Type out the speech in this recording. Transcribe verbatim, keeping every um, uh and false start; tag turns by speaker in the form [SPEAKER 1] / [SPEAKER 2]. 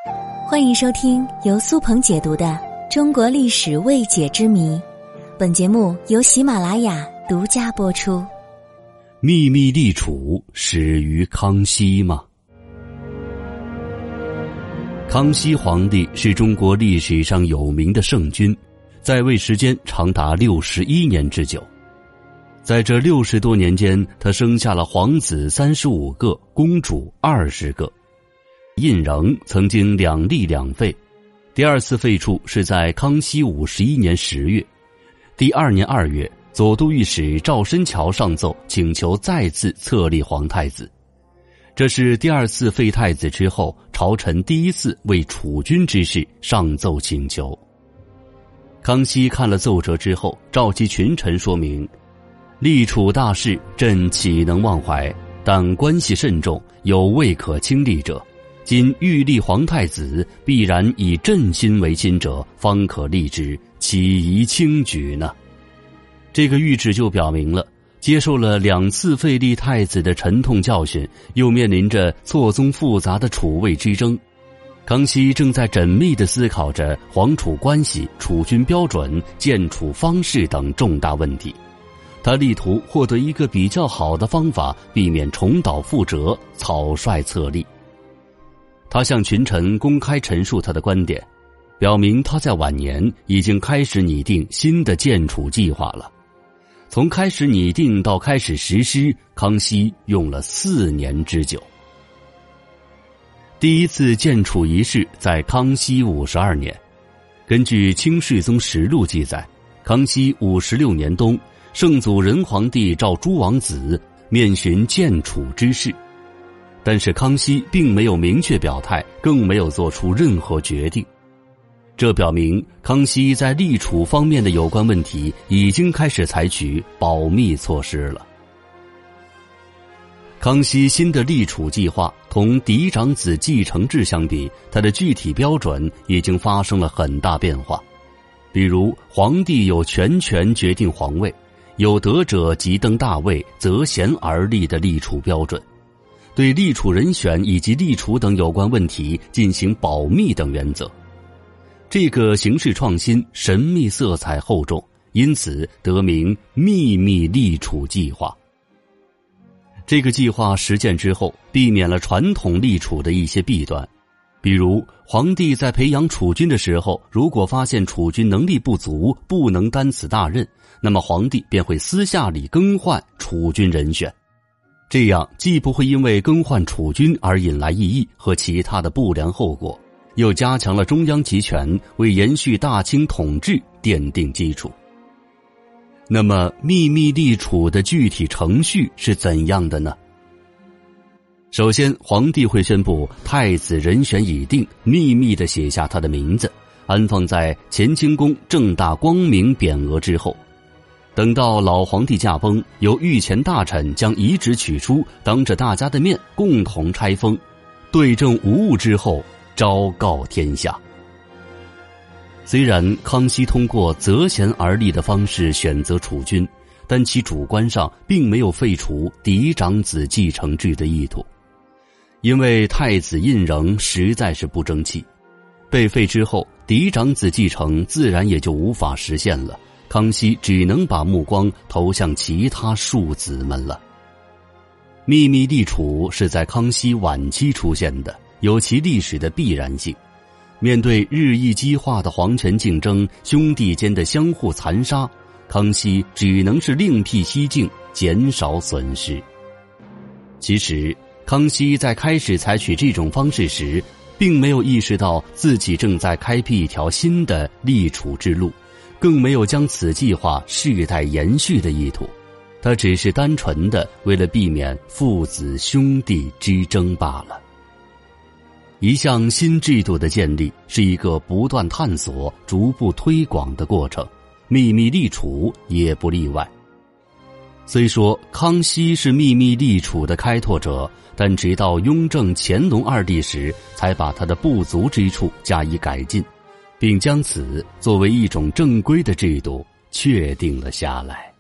[SPEAKER 1] 欢迎收听由苏鹏解读的《中国历史未解之谜》，本节目由喜马拉雅独家播出。
[SPEAKER 2] 秘密立储始于康熙吗？康熙皇帝是中国历史上有名的圣君，在位时间长达六十一年之久。在这六十多年间，他生下了皇子三十五个，公主二十个。胤禛曾经两立两废，第二次废黜是在康熙五十一年十月。第二年二月，左都御史赵申桥上奏请求再次册立皇太子。这是第二次废太子之后，朝臣第一次为储君之事上奏请求。康熙看了奏折之后，召集群臣说明，立储大事，朕岂能忘怀？但关系甚重，有未可轻立者。今欲立皇太子，必然以朕心为心者，方可立之，岂宜轻举呢？这个谕旨就表明了，接受了两次废立太子的沉痛教训，又面临着错综复杂的储位之争。康熙正在缜密地思考着皇储关系、储君标准、建储方式等重大问题。他力图获得一个比较好的方法，避免重蹈覆辙，草率册立。他向群臣公开陈述他的观点，表明他在晚年已经开始拟定新的建储计划了。从开始拟定到开始实施，康熙用了四年之久。第一次建储仪式在康熙五十二年，根据《清世宗实录》记载，康熙五十六年冬，圣祖仁皇帝召诸王子面询建储之事。但是康熙并没有明确表态，更没有做出任何决定。这表明康熙在立储方面的有关问题已经开始采取保密措施了。康熙新的立储计划同嫡长子继承制相比，它的具体标准已经发生了很大变化。比如，皇帝有全权决定皇位，有德者即登大位，择贤而立的立储标准。对立储人选以及立储等有关问题进行保密等原则。这个形式创新神秘色彩厚重，因此得名秘密立储计划。这个计划实践之后，避免了传统立储的一些弊端，比如皇帝在培养储君的时候，如果发现储君能力不足，不能担此大任，那么皇帝便会私下里更换储君人选。这样既不会因为更换储君而引来异议和其他的不良后果，又加强了中央集权，为延续大清统治奠定基础。那么秘密立储的具体程序是怎样的呢？首先，皇帝会宣布太子人选已定，秘密地写下他的名字，安放在乾清宫正大光明匾额之后。等到老皇帝驾崩，由御前大臣将遗旨取出，当着大家的面共同拆封，对证无误之后，昭告天下。虽然康熙通过择贤而立的方式选择储君，但其主观上并没有废除嫡长子继承制的意图。因为太子胤禛实在是不争气，被废之后，嫡长子继承自然也就无法实现了。康熙只能把目光投向其他庶子们了。秘密立储是在康熙晚期出现的，有其历史的必然性。面对日益激化的皇权竞争，兄弟间的相互残杀，康熙只能是另辟蹊径，减少损失。其实，康熙在开始采取这种方式时，并没有意识到自己正在开辟一条新的立储之路，更没有将此计划世代延续的意图，他只是单纯的为了避免父子兄弟之争罢了。一项新制度的建立是一个不断探索、逐步推广的过程，秘密立储也不例外。虽说康熙是秘密立储的开拓者，但直到雍正、乾隆二帝时，才把他的不足之处加以改进，并将此作为一种正规的制度确定了下来。